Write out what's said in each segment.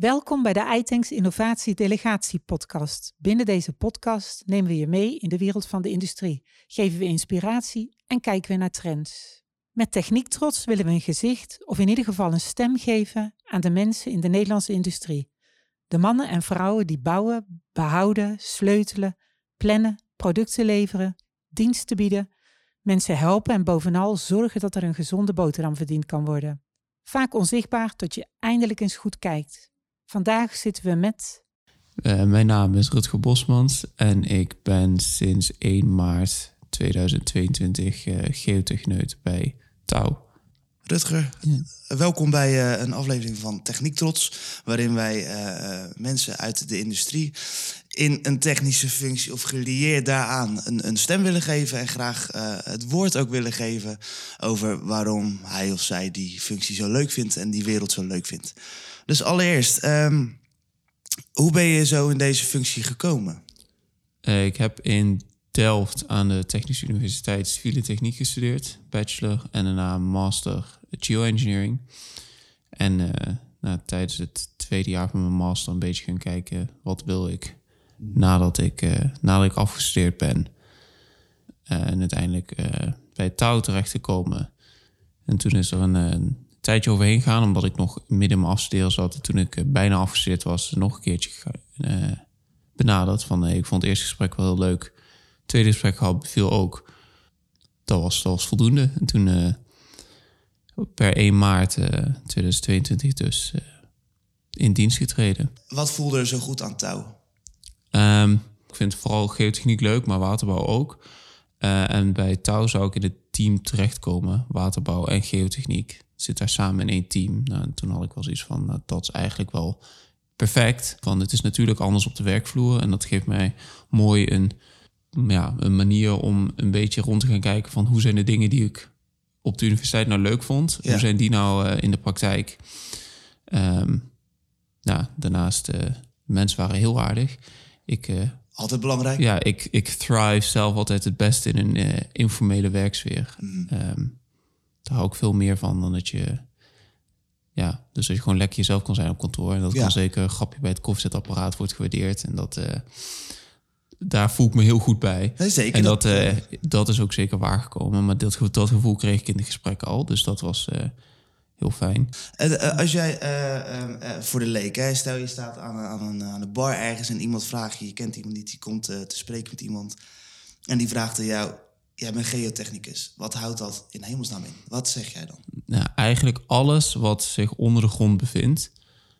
Welkom bij de iTanks Innovatie Delegatie podcast. Binnen deze podcast nemen we je mee in de wereld van de industrie, geven we inspiratie en kijken we naar trends. Met techniektrots willen we een gezicht of in ieder geval een stem geven aan de mensen in de Nederlandse industrie. De mannen en vrouwen die bouwen, behouden, sleutelen, plannen, producten leveren, diensten bieden, mensen helpen en bovenal zorgen dat er een gezonde boterham verdiend kan worden. Vaak onzichtbaar tot je eindelijk eens goed kijkt. Vandaag zitten we met... Mijn naam is Rutger Bosmans en ik ben sinds 1 maart 2022 geotechneut bij Touw. Rutger, welkom bij een aflevering van Techniektrots, waarin wij mensen uit de industrie in een technische functie of gelieerd daaraan een stem willen geven en graag het woord ook willen geven over waarom hij of zij die functie zo leuk vindt en die wereld zo leuk vindt. Dus allereerst, hoe ben je zo in deze functie gekomen? Ik heb in Delft aan de Technische Universiteit Civiele Techniek gestudeerd, bachelor en daarna master geoengineering. En tijdens het tweede jaar van mijn master een beetje gaan kijken wat wil ik nadat ik afgestudeerd ben. En uiteindelijk bij Touw terecht te komen. En toen is er een tijdje overheen gegaan, omdat ik nog midden in mijn afstuderen zat. En toen ik bijna afgestudeerd was, nog een keertje benaderd. Ik vond het eerste gesprek wel heel leuk. Het tweede gesprek viel ook. Dat was voldoende. En toen per 1 maart 2022 dus in dienst getreden. Wat voelde er zo goed aan Touw? Ik vind vooral geotechniek leuk, maar waterbouw ook. En bij Touw zou ik in het team terechtkomen, waterbouw en geotechniek. Zit daar samen in 1 team. En toen had ik wel zoiets van, dat is eigenlijk wel perfect. Want het is natuurlijk anders op de werkvloer. En dat geeft mij mooi een manier om een beetje rond te gaan kijken van hoe zijn de dingen die ik op de universiteit nou leuk vond. Ja. Hoe zijn die nou in de praktijk? Daarnaast, mensen waren heel aardig. Altijd belangrijk? Ja, ik thrive zelf altijd het beste in een informele werksfeer. Daar hou ik veel meer van dan dat je... Ja, dus dat je gewoon lekker jezelf kan zijn op kantoor. En dat kan zeker een grapje bij het koffiezetapparaat wordt gewaardeerd. En daar voel ik me heel goed bij. Nee, zeker. En dat is ook zeker waargekomen. Maar dat gevoel kreeg ik in de gesprekken al. Dus dat was heel fijn. Als jij voor de leek, stel je staat aan de bar ergens en iemand vraagt je kent iemand niet, die komt te spreken met iemand en die vraagt aan jou, jij bent geotechnicus. Wat houdt dat in hemelsnaam in? Wat zeg jij dan? Nou, eigenlijk alles wat zich onder de grond bevindt.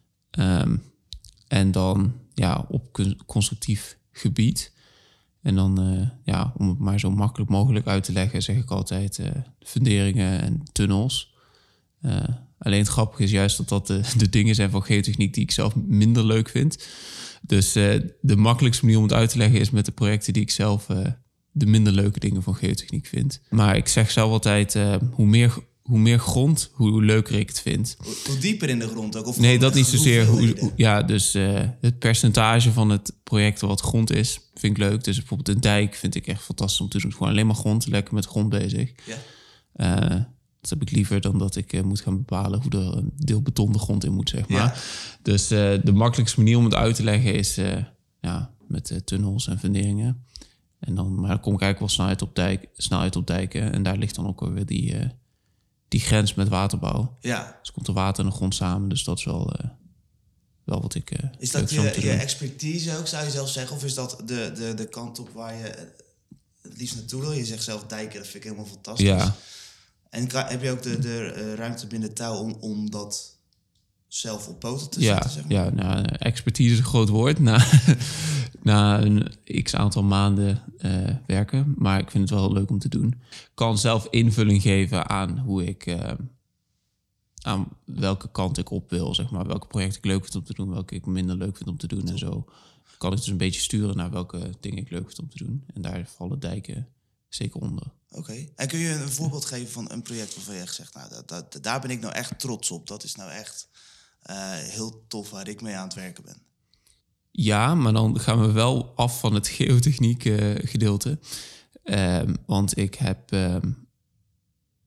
En dan op constructief gebied. En dan, om het maar zo makkelijk mogelijk uit te leggen, zeg ik altijd funderingen en tunnels. Alleen het grappige is juist dat de dingen zijn van geotechniek die ik zelf minder leuk vind. Dus de makkelijkste manier om het uit te leggen is met de projecten die ik zelf de minder leuke dingen van geotechniek vind. Maar ik zeg zelf altijd, hoe meer grond, hoe leuker ik het vind. Hoe dieper in de grond ook? Of nee, dat niet zozeer. Het percentage van het project wat grond is, vind ik leuk. Dus bijvoorbeeld een dijk vind ik echt fantastisch om te doen. Gewoon alleen maar grond, lekker met grond bezig. Ja. Dat heb ik liever dan dat ik moet gaan bepalen hoe er een deel beton de grond in moet, zeg maar. Ja. Dus de makkelijkste manier om het uit te leggen is met tunnels en funderingen. Maar dan kom ik eigenlijk wel snel uit op dijken. En daar ligt dan ook weer die grens met waterbouw. Ja. Dus komt er water en de grond samen. Dus dat is wel wat ik... is dat je expertise ook, zou je zelf zeggen? Of is dat de kant op waar je het liefst naartoe wil? Je zegt zelf dijken, dat vind ik helemaal fantastisch. Ja. En heb je ook de ruimte binnen Touw om dat zelf op poten te zetten? Zeg maar? Ja, expertise is een groot woord. Na een x-aantal maanden werken. Maar ik vind het wel heel leuk om te doen. Ik kan zelf invulling geven aan hoe ik... aan welke kant ik op wil, zeg maar. Welke projecten ik leuk vind om te doen. Welke ik minder leuk vind om te doen. En zo kan ik dus een beetje sturen naar welke dingen ik leuk vind om te doen. En daar vallen dijken zeker onder. Oké. En kun je een voorbeeld geven van een project waarvan je echt zegt, daar ben ik nou echt trots op. Dat is nou echt heel tof waar ik mee aan het werken ben. Ja, maar dan gaan we wel af van het geotechniek gedeelte. Want ik heb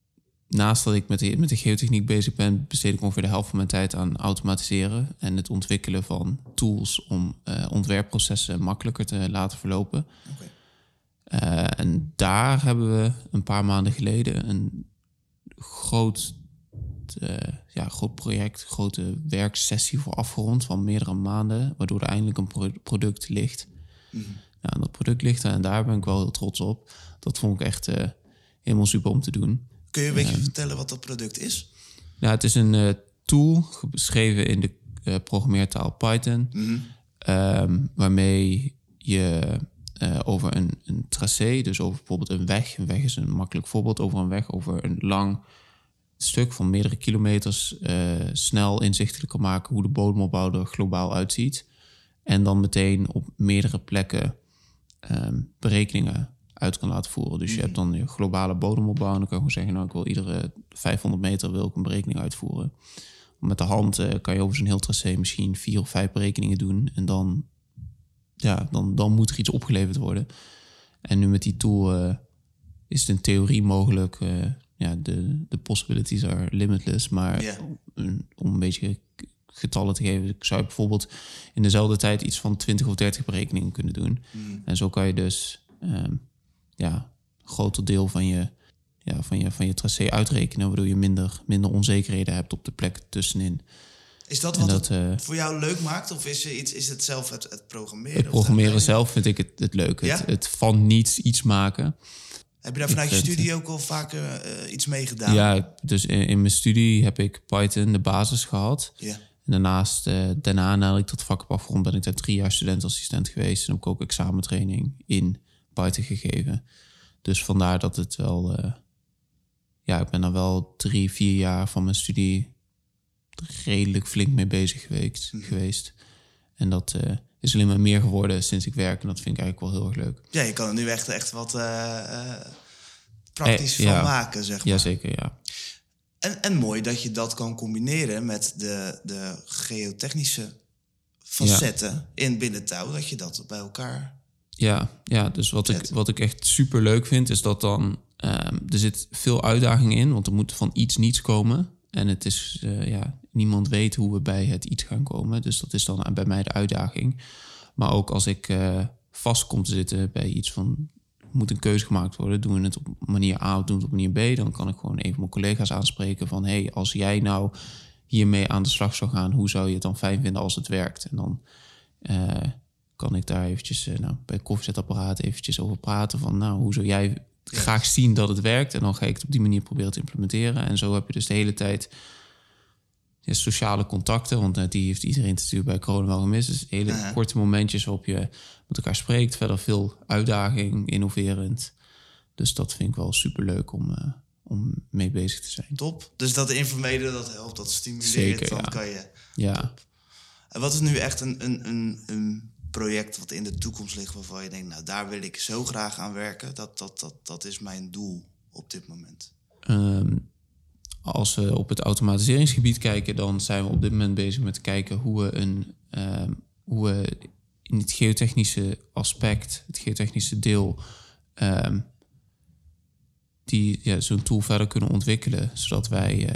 naast dat ik met de geotechniek bezig ben, besteed ik ongeveer de helft van mijn tijd aan automatiseren en het ontwikkelen van tools om ontwerpprocessen makkelijker te laten verlopen. Okay. En daar hebben we een paar maanden geleden een groot project, grote werksessie voor afgerond van meerdere maanden, waardoor er eindelijk een product ligt. Mm-hmm. Nou, dat product ligt er en daar ben ik wel heel trots op. Dat vond ik echt helemaal super om te doen. Kun je een beetje vertellen wat dat product is? Nou, het is een tool geschreven in de programmeertaal Python, waarmee je over een tracé, dus over bijvoorbeeld een weg. Een weg is een makkelijk voorbeeld. Over een lang stuk van meerdere kilometers snel inzichtelijk kan maken hoe de bodemopbouw er globaal uitziet. En dan meteen op meerdere plekken berekeningen uit kan laten voeren. Dus je hebt dan je globale bodemopbouw en dan kan je gewoon zeggen, nou, ik wil iedere 500 meter wil ik een berekening uitvoeren. Met de hand kan je over zo'n heel tracé misschien 4 of 5 berekeningen doen en dan moet er iets opgeleverd worden. En nu met die tool is het in theorie mogelijk. De possibilities are limitless. Maar om een beetje getallen te geven, zou je bijvoorbeeld in dezelfde tijd iets van 20 of 30 berekeningen kunnen doen. En zo kan je dus een groter deel van je tracé uitrekenen, waardoor je minder onzekerheden hebt op de plek tussenin. Is dat wat het voor jou leuk maakt? Of is het zelf het programmeren? Het programmeren zelf vind ik het leuk. Ja? Het van niets iets maken. Heb je daar vanuit je studie ook al vaker iets mee gedaan? Ja, dus in mijn studie heb ik Python de basis gehad. Ja. En daarna, nadat ik dat vak heb afgerond, ben ik daar 3 jaar studentassistent geweest. En heb ik ook examentraining in Python gegeven. Dus vandaar dat het wel... ik ben er wel 3-4 jaar van mijn studie redelijk flink mee bezig geweest. En dat is alleen maar meer geworden sinds ik werk. En dat vind ik eigenlijk wel heel erg leuk. Ja, je kan er nu echt wat praktisch van maken, zeg maar. Jazeker, ja. En mooi dat je dat kan combineren met de geotechnische facetten in Binnentouw. Dat je dat bij elkaar... Ja, dus wat ik echt super leuk vind, is dat dan... er zit veel uitdaging in, want er moet van iets niets komen. En het is... niemand weet hoe we bij het iets gaan komen. Dus dat is dan bij mij de uitdaging. Maar ook als ik vast kom te zitten bij iets van... moet een keuze gemaakt worden, doen we het op manier A of doen we het op manier B... dan kan ik gewoon even mijn collega's aanspreken van... hey, als jij nou hiermee aan de slag zou gaan... hoe zou je het dan fijn vinden als het werkt? En dan kan ik daar eventjes bij het koffiezetapparaat eventjes over praten... van hoe zou jij graag zien dat het werkt? En dan ga ik het op die manier proberen te implementeren. En zo heb je dus de hele tijd... sociale contacten, want die heeft iedereen natuurlijk bij corona wel gemist. Dus hele korte momentjes waarop je met elkaar spreekt. Verder veel uitdaging, innoverend. Dus dat vind ik wel superleuk om mee bezig te zijn. Top. Dus dat informeren, dat helpt, dat stimuleert. Zeker, dan kan je... Ja. Top. En wat is nu echt een project wat in de toekomst ligt... waarvan je denkt, nou, daar wil ik zo graag aan werken. Dat is mijn doel op dit moment. Als we op het automatiseringsgebied kijken... dan zijn we op dit moment bezig met te kijken hoe we in het geotechnische aspect... het geotechnische deel... zo'n tool verder kunnen ontwikkelen... zodat wij...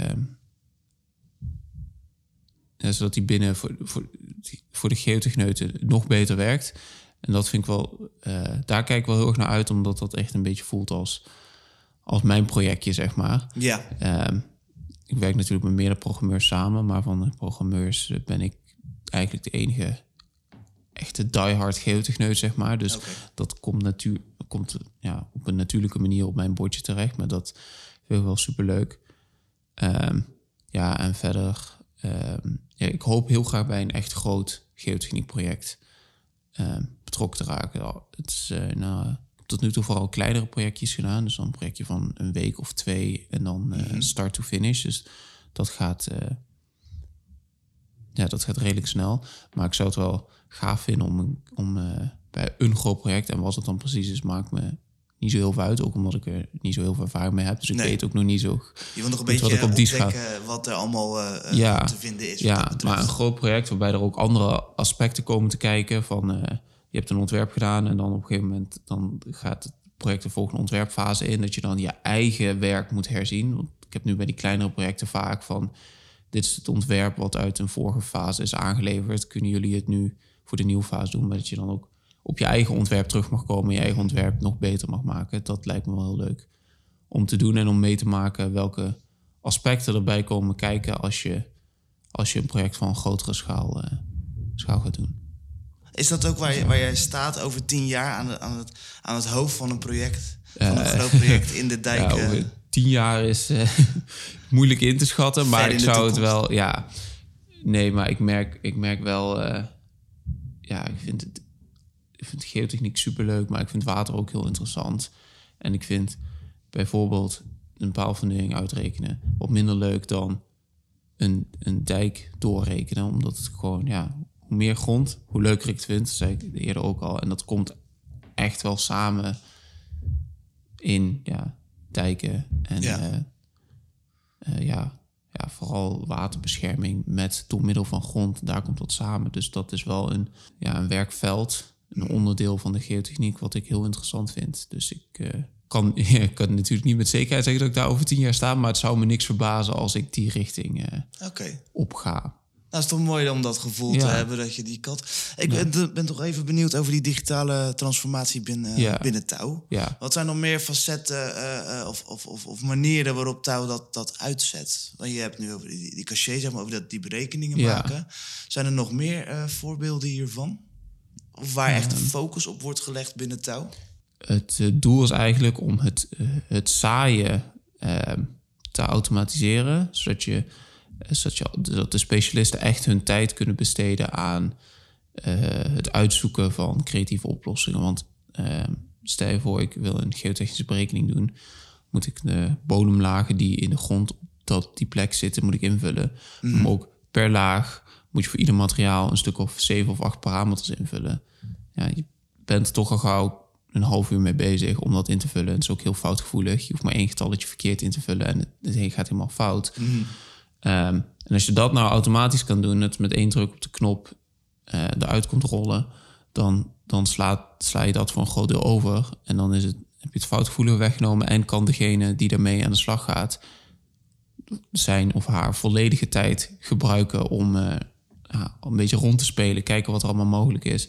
zodat die binnen voor de geotechneuten nog beter werkt. En dat vind ik wel... daar kijk ik wel heel erg naar uit... omdat dat echt een beetje voelt als mijn projectje, zeg maar. Ja. Ik werk natuurlijk met meerdere programmeurs samen... maar van de programmeurs ben ik eigenlijk de enige echte diehard geotechneut, zeg maar. Dus dat komt op een natuurlijke manier op mijn bordje terecht. Maar dat vind ik wel superleuk. En verder... ik hoop heel graag bij een echt groot geotechniekproject betrokken te raken. Het is tot nu toe vooral kleinere projectjes gedaan. Dus dan een projectje van een week of 2 en dan start to finish. Dus dat gaat redelijk snel. Maar ik zou het wel gaaf vinden om bij een groot project... en wat het dan precies is, maakt me niet zo heel veel uit. Ook omdat ik er niet zo heel veel ervaring mee heb. Dus ik weet ook nog niet zo... Je wil nog een beetje ontdekken wat er allemaal te vinden is. Ja, maar een groot project waarbij er ook andere aspecten komen te kijken. Van je hebt een ontwerp gedaan en dan op een gegeven moment... dan gaat het project de volgende ontwerpfase in, dat je dan je eigen werk moet herzien. Want ik heb nu bij die kleinere projecten vaak van, dit is het ontwerp wat uit een vorige fase is aangeleverd. Kunnen jullie het nu voor de nieuwe fase doen? Maar dat je dan ook op je eigen ontwerp terug mag komen, je eigen ontwerp nog beter mag maken. Dat lijkt me wel heel leuk om te doen en om mee te maken welke aspecten erbij komen kijken als je een project van een grotere schaal gaat doen. Is dat ook waar jij staat over 10 jaar aan het hoofd van een project? Van een groot project in de dijk? Ja, over 10 jaar is moeilijk in te schatten. Maar ik zou het wel... Ja, nee, maar ik merk wel... ik vind geotechniek superleuk, maar ik vind water ook heel interessant. En ik vind bijvoorbeeld een paalfundering uitrekenen wat minder leuk dan een dijk doorrekenen. Omdat het gewoon, hoe meer grond, hoe leuker ik het vind. Dat zei ik eerder ook al. En dat komt echt wel samen in dijken en vooral waterbescherming door middel van grond. Daar komt dat samen. Dus dat is wel een werkveld, een onderdeel van de geotechniek wat ik heel interessant vind. Dus ik kan natuurlijk niet met zekerheid zeggen dat ik daar over 10 jaar sta, maar het zou me niks verbazen als ik die richting opga. Nou, is toch mooi om dat gevoel te hebben dat je die kant... Ik ben toch even benieuwd over die digitale transformatie binnen Touw. Ja. Wat zijn nog meer facetten of manieren waarop Touw dat uitzet? Want je hebt nu over die cachet, zeg maar, over die berekeningen maken. Zijn er nog meer voorbeelden hiervan? Of waar echt de focus op wordt gelegd binnen Touw? Het doel is eigenlijk om het zaaien te automatiseren, zodat de specialisten echt hun tijd kunnen besteden aan het uitzoeken van creatieve oplossingen. Want stel je voor, ik wil een geotechnische berekening doen, moet ik de bodemlagen die in de grond op die plek zitten, moet ik invullen. Maar ook per laag moet je voor ieder materiaal een stuk of 7 of 8 parameters invullen. Ja, je bent er toch al gauw een half uur mee bezig om dat in te vullen. Het is ook heel foutgevoelig. Je hoeft maar 1 getalletje verkeerd in te vullen en het gaat helemaal fout. En als je dat nou automatisch kan doen, het met 1 druk op de knop eruit komt rollen, dan sla je dat voor een groot deel over. En dan heb je het foutgevoelige weggenomen en kan degene die daarmee aan de slag gaat zijn of haar volledige tijd gebruiken om een beetje rond te spelen, kijken wat er allemaal mogelijk is.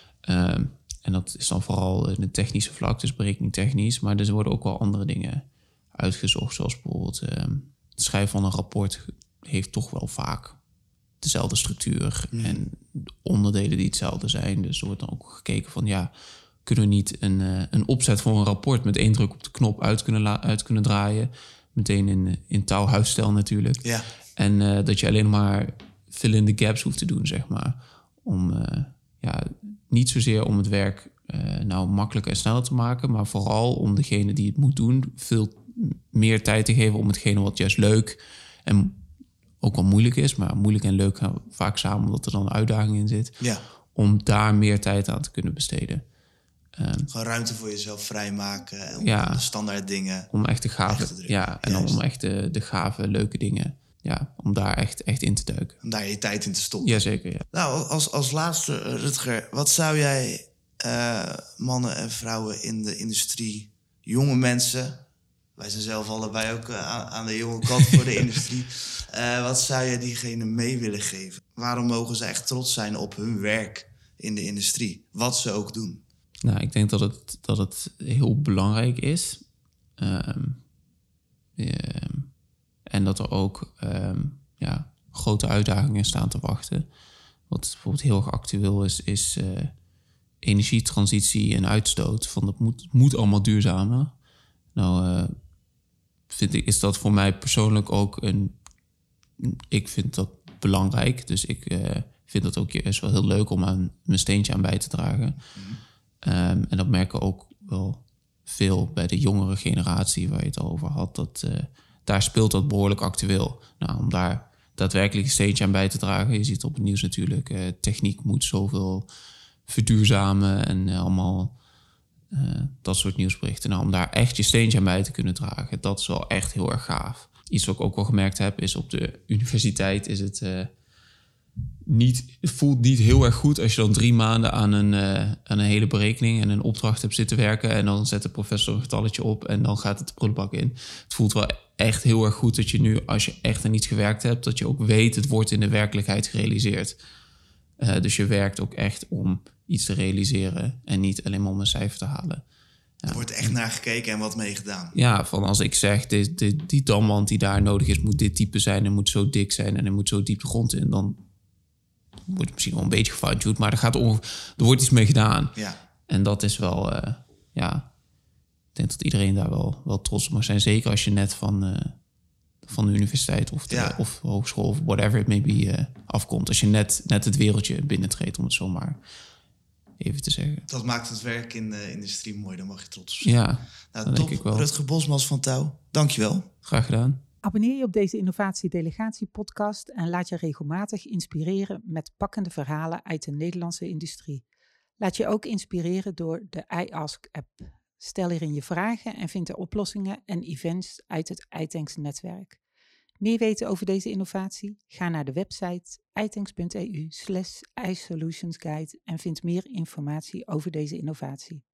En dat is dan vooral in het technische vlak, dus berekening technisch. Maar er worden ook wel andere dingen uitgezocht, zoals bijvoorbeeld het schrijven van een rapport heeft toch wel vaak dezelfde structuur en onderdelen die hetzelfde zijn. Dus er wordt dan ook gekeken van, kunnen we niet een opzet voor een rapport met 1 druk op de knop uit kunnen draaien. Meteen in touwhuisstijl natuurlijk. Ja. En dat je alleen maar fill in the gaps hoeft te doen, zeg maar. Om niet zozeer om het werk makkelijker en sneller te maken, maar vooral om degene die het moet doen veel meer tijd te geven om hetgene wat juist leuk en ook wel moeilijk is, maar moeilijk en leuk gaan vaak samen omdat er dan een uitdaging in zit, om daar meer tijd aan te kunnen besteden. Gewoon ruimte voor jezelf vrijmaken en de standaard dingen. Om echt de gave, om echt de gave, leuke dingen. Ja, om daar echt in te duiken. Om daar je tijd in te stoppen. Jazeker, ja. Nou, als laatste, Rutger, wat zou jij mannen en vrouwen in de industrie, jonge mensen, wij zijn zelf allebei ook aan de jonge kant voor de industrie, wat zou jij diegene mee willen geven? Waarom mogen ze echt trots zijn op hun werk in de industrie? Wat ze ook doen? Nou, ik denk dat het heel belangrijk is. En dat er ook grote uitdagingen staan te wachten. Wat bijvoorbeeld heel erg actueel is energietransitie en uitstoot. Van dat moet allemaal duurzamer. Nou, is dat voor mij persoonlijk ook ik vind dat belangrijk. Dus ik vind dat ook juist wel heel leuk om mijn steentje aan bij te dragen. En dat merken ook wel veel bij de jongere generatie waar je het al over had. Daar speelt dat behoorlijk actueel. Nou, om daar daadwerkelijk een steentje aan bij te dragen. Je ziet op het nieuws natuurlijk, techniek moet zoveel verduurzamen en allemaal dat soort nieuwsberichten. Nou, om daar echt je steentje aan bij te kunnen dragen, dat is wel echt heel erg gaaf. Iets wat ik ook wel gemerkt heb, is op de universiteit is het het voelt niet heel erg goed als je dan 3 maanden aan een hele berekening en een opdracht hebt zitten werken. En dan zet de professor een getalletje op en dan gaat het de prullenbak in. Het voelt wel echt heel erg goed dat je nu, als je echt aan iets gewerkt hebt, dat je ook weet, het wordt in de werkelijkheid gerealiseerd. Dus je werkt ook echt om iets te realiseren en niet alleen maar om een cijfer te halen. Er wordt echt naar gekeken en wat mee gedaan. Ja, van als ik zeg, die damwand die daar nodig is, moet dit type zijn en moet zo dik zijn en er moet zo diep de grond in, dan wordt het misschien wel een beetje gefine-tuned, maar er wordt iets mee gedaan. Ja. En dat is wel, ik denk dat iedereen daar wel trots op mag zijn. Zeker als je net van de universiteit of hogeschool of whatever it may be afkomt. Als je net het wereldje binnentreedt, om het zo maar even te zeggen. Dat maakt het werk in de industrie mooi, daar mag je trots op zijn. Ja, nou, dat top. denk ik wel. Rutger Bosmans van Touw, dankjewel. Graag gedaan. Abonneer je op deze innovatie-delegatie-podcast en laat je regelmatig inspireren met pakkende verhalen uit de Nederlandse industrie. Laat je ook inspireren door de iAsk-app. Stel hierin je vragen en vind er oplossingen en events uit het iTanks-netwerk. Meer weten over deze innovatie? Ga naar de website itanks.eu/isolutionsguide en vind meer informatie over deze innovatie.